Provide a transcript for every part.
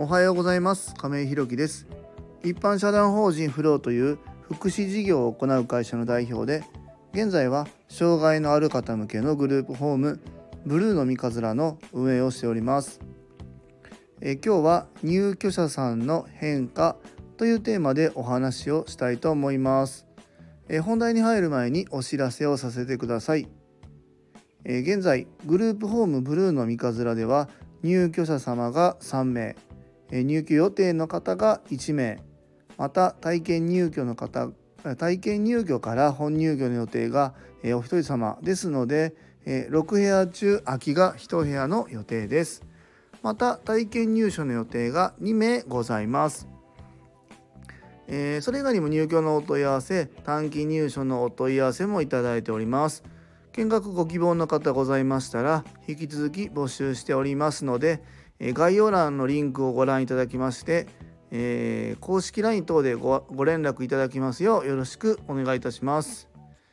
おはようございます。亀井弘樹です。一般社団法人フローという福祉事業を行う会社の代表で、現在は障害のある方向けのグループホームブルーの三日面の運営をしております。今日は入居者さんの変化というテーマでお話をしたいと思います。本題に入る前にお知らせをさせてください。現在グループホームブルーの三日面では入居者様が3名、入居予定の方が1名、また体験入居から本入居の予定がお一人様ですので、6部屋中空きが1部屋の予定です。また体験入所の予定が2名ございます。それ以外にも入居のお問い合わせ、短期入所のお問い合わせもいただいております。見学ご希望の方ございましたら引き続き募集しておりますので、概要欄のリンクをご覧いただきまして、公式 LINE 等でご連絡いただきますようよろしくお願いいたします。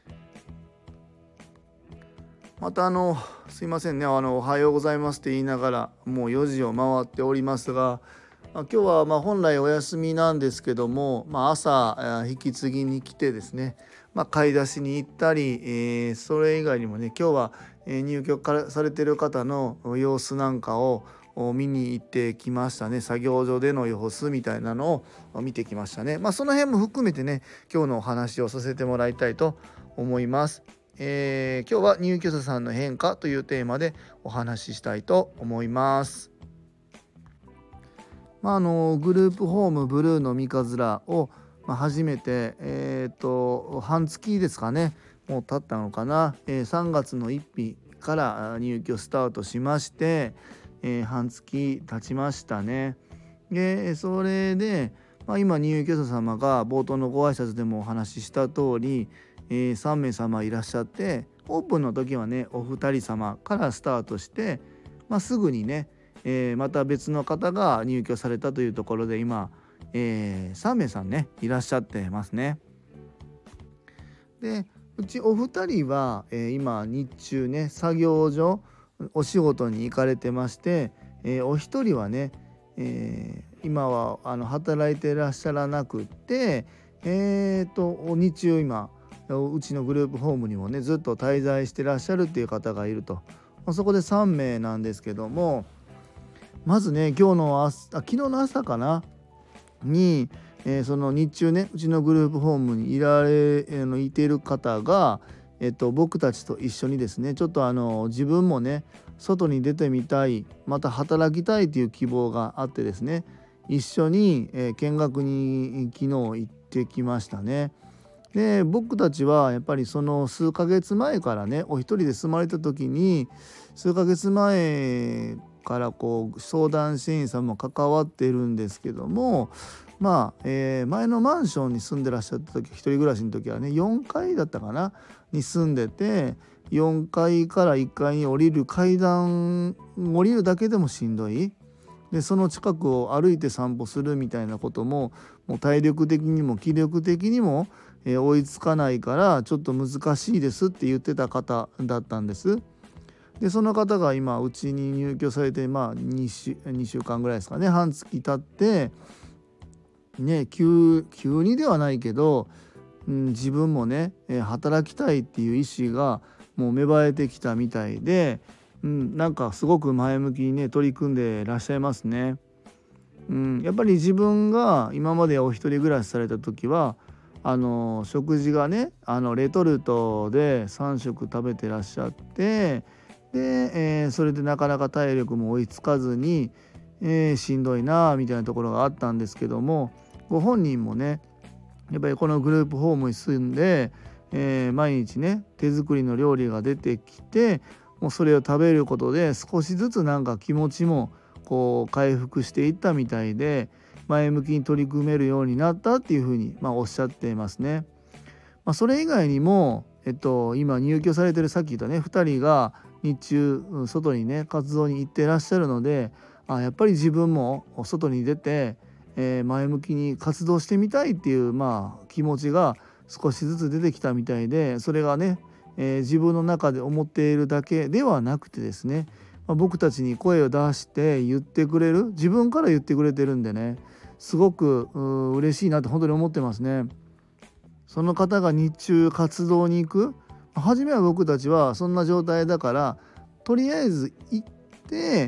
またすいませんね、おはようございますって言いながらもう4時を回っておりますが、今日は本来お休みなんですけども、朝引き継ぎに来てですね、買い出しに行ったり、それ以外にもね、今日は入居されている方の様子なんかを見に行ってきましたね。作業所での様子みたいなのを見てきましたね。その辺も含めてね、今日のお話をさせてもらいたいと思います。今日は入居者さんの変化というテーマでお話ししたいと思います。グループホームブルーの三日面を初めて半月ですかね、もう経ったのかな、3月の1日から入居スタートしまして、半月経ちましたね。でそれで、今入居者様が冒頭のご挨拶でもお話しした通り、3名様いらっしゃって、オープンの時はねお二人様からスタートして、すぐにね、また別の方が入居されたというところで今、3名さんねいらっしゃってますね。でうちお二人は、今日中ね作業所お仕事に行かれてまして、お一人はね、今は働いてらっしゃらなくって、日中今うちのグループホームにもねずっと滞在してらっしゃるっていう方がいると。そこで3名なんですけども、まずね昨日の朝かなに、その日中ねうちのグループホームにいている方が、僕たちと一緒にですね、ちょっと自分もね外に出てみたい、また働きたいという希望があってですね、一緒に、見学に昨日行ってきましたね。で僕たちはやっぱりその数ヶ月前からねお一人で住まれた時に、数ヶ月前から相談支援さんも関わっているんですけども、前のマンションに住んでらっしゃった時、一人暮らしの時はね4階だったかなに住んでて、4階から1階に降りる階段降りるだけでもしんどい。でその近くを歩いて散歩するみたいなことも、もう体力的にも気力的にも、追いつかないからちょっと難しいですって言ってた方だったんです。でその方が今うちに入居されて2週間ぐらいですかね、半月経ってね、急にではないけど、自分もね働きたいっていう意思がもう芽生えてきたみたいで、なんかすごく前向きにね取り組んでらっしゃいますね。やっぱり自分が今までお一人暮らしされた時は食事がねレトルトで3食食べてらっしゃって、で、それでなかなか体力も追いつかずに、しんどいなみたいなところがあったんですけども、ご本人もねやっぱりこのグループホームに住んで、毎日ね手作りの料理が出てきて、もうそれを食べることで少しずつなんか気持ちも回復していったみたいで、前向きに取り組めるようになったっていうふうにおっしゃっていますね。それ以外にも、今入居されてるさっき言ったね2人が日中外にね活動に行ってらっしゃるので、やっぱり自分も外に出て、前向きに活動してみたいっていう気持ちが少しずつ出てきたみたいで、それがね、自分の中で思っているだけではなくてですね、 僕たちに声を出して言ってくれる、自分から言ってくれてるんでね、すごく嬉しいなって本当に思ってますね。その方が日中活動に行く、初めは僕たちはそんな状態だからとりあえず行って、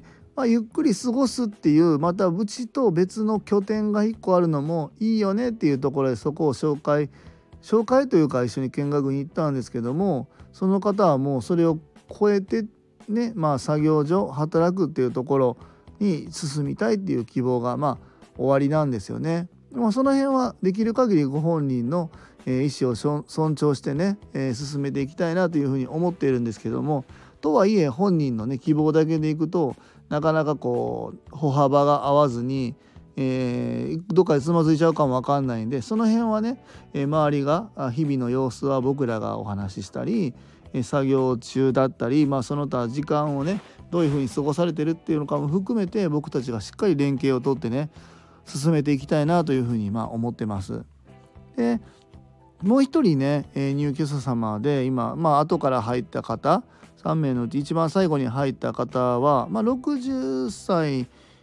ゆっくり過ごすっていう、またうちと別の拠点が1個あるのもいいよねっていうところで、そこを紹介というか一緒に見学に行ったんですけども、その方はもうそれを超えてね、作業所働くっていうところに進みたいっていう希望が終わりなんですよね。その辺はできる限りご本人の意思を尊重してね、進めていきたいなというふうに思っているんですけども、とはいえ本人のね希望だけでいくとなかなかこう歩幅が合わずに、どっかでつまずいちゃうかも分かんないんで、その辺はね、周りが日々の様子は僕らがお話ししたり、作業中だったり、その他時間をねどういうふうに過ごされてるっていうのかも含めて、僕たちがしっかり連携をとってね進めていきたいなというふうに思ってます。でもう一人ね、入居者様で今、後から入った方3名のうち一番最後に入った方は、60歳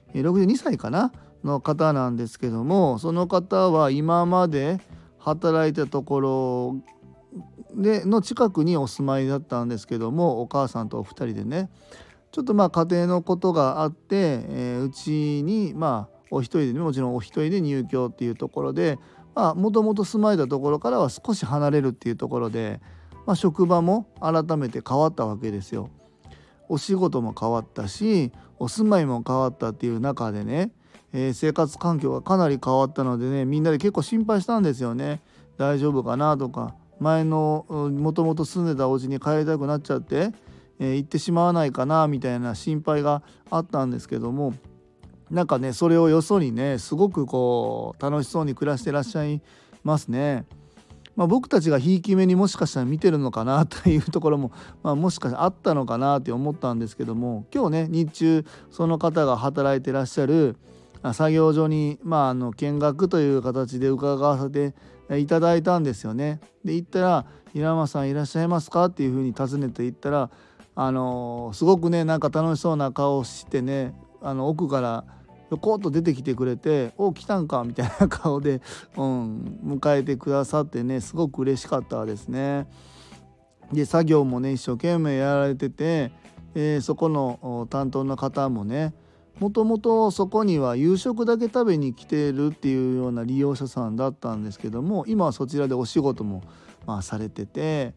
62歳かなの方なんですけども、その方は今まで働いたところの近くにお住まいだったんですけども、お母さんとお二人でねちょっと家庭のことがあって、うちにお一人でね、もちろんお一人で入居っていうところで、もともと住まいだところからは少し離れるっていうところで、職場も改めて変わったわけですよ。お仕事も変わったし、お住まいも変わったっていう中でね、生活環境がかなり変わったのでね、みんなで結構心配したんですよね。大丈夫かなとか、前のもともと住んでたお家に帰りたくなっちゃって、行ってしまわないかなみたいな心配があったんですけども、なんかねそれをよそにねすごくこう楽しそうに暮らしてらっしゃいますね。僕たちがひいき目にもしかしたら見てるのかなというところも、もしかしたらあったのかなって思ったんですけども、今日ね日中その方が働いてらっしゃる作業所に、見学という形で伺わせていただいたんですよね。で行ったら「平間さんいらっしゃいますか?」っていうふうに尋ねて行ったら、すごくねなんか楽しそうな顔をしてね、奥からひょこっと出てきてくれて「お来たんか」みたいな顔で、迎えてくださってね、すごく嬉しかったですね。で作業もね一生懸命やられてて、そこの担当の方もね、もともとそこには夕食だけ食べに来てるっていうような利用者さんだったんですけども、今はそちらでお仕事もされてて、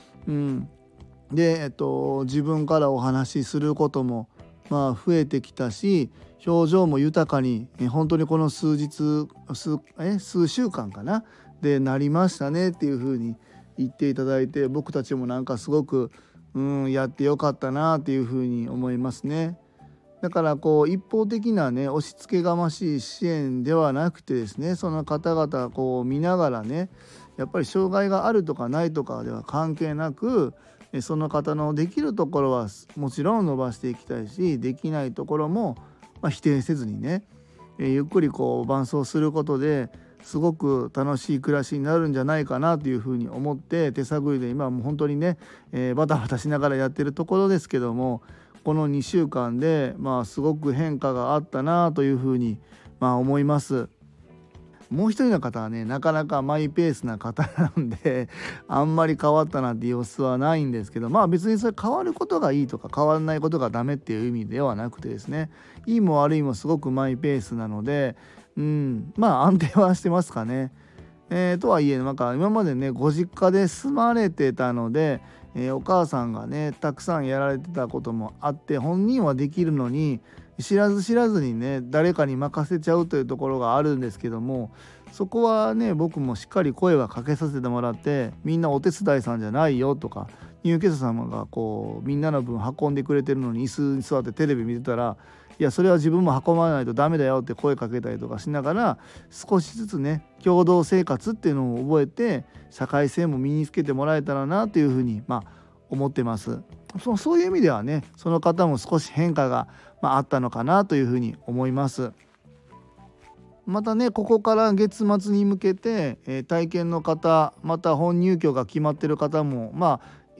で、自分からお話しすることも増えてきたし、表情も豊かに本当にこの数週間かなでなりましたねっていう風に言っていただいて、僕たちもなんかすごくやってよかったなっていう風に思いますね。だからこう一方的なね押し付けがましい支援ではなくてですね、その方々こう見ながらね、やっぱり障害があるとかないとかでは関係なく、その方のできるところはもちろん伸ばしていきたいし、できないところも否定せずにね、ゆっくりこう伴走することですごく楽しい暮らしになるんじゃないかなというふうに思って、手探りで今はもう本当にね、バタバタしながらやってるところですけども、この2週間ですごく変化があったなというふうに思います。もう一人の方はねなかなかマイペースな方なんであんまり変わったなんて様子はないんですけど、別にそれ変わることがいいとか変わらないことがダメっていう意味ではなくてですね、いいも悪いもすごくマイペースなので、安定はしてますかね。とはいえなんか今までねご実家で住まれてたので、お母さんがねたくさんやられてたこともあって、本人はできるのに知らず知らずにね誰かに任せちゃうというところがあるんですけども、そこはね僕もしっかり声はかけさせてもらって、みんなお手伝いさんじゃないよとか、入居者様がこうみんなの分運んでくれてるのに椅子に座ってテレビ見てたら、いやそれは自分も運ばないとダメだよって声かけたりとかしながら、少しずつね共同生活っていうのを覚えて社会性も身につけてもらえたらなというふうに思ってます。そういう意味ではねその方も少し変化があったのかなというふうに思います。またねここから月末に向けて、体験の方また本入居が決まっている方も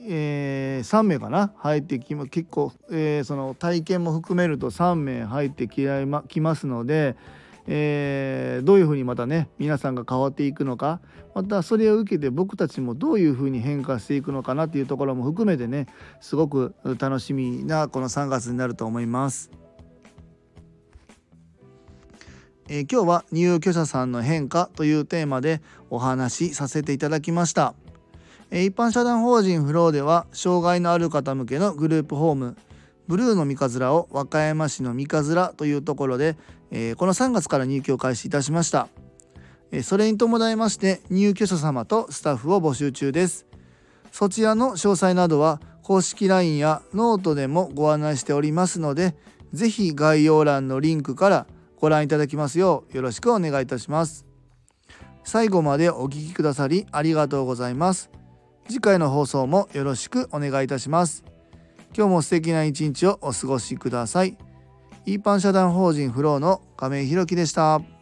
3名かな入ってき結構、その体験も含めると3名入ってきますので、どういうふうにまたね皆さんが変わっていくのか、またそれを受けて僕たちもどういうふうに変化していくのかなっていうところも含めてね、すごく楽しみなこの3月になると思います。今日は入居者さんの変化というテーマでお話しさせていただきました。一般社団法人フローでは障害のある方向けのグループホームブルーの三日面を和歌山市の三日面というところで、この3月から入居を開始いたしました。それに伴いまして入居者様とスタッフを募集中です。そちらの詳細などは公式 LINE やノートでもご案内しておりますので、ぜひ概要欄のリンクからご覧いただきますようよろしくお願いいたします。最後までお聞きくださりありがとうございます。次回の放送もよろしくお願いいたします。今日も素敵な一日をお過ごしください。一般社団法人フローの亀井宏樹でした。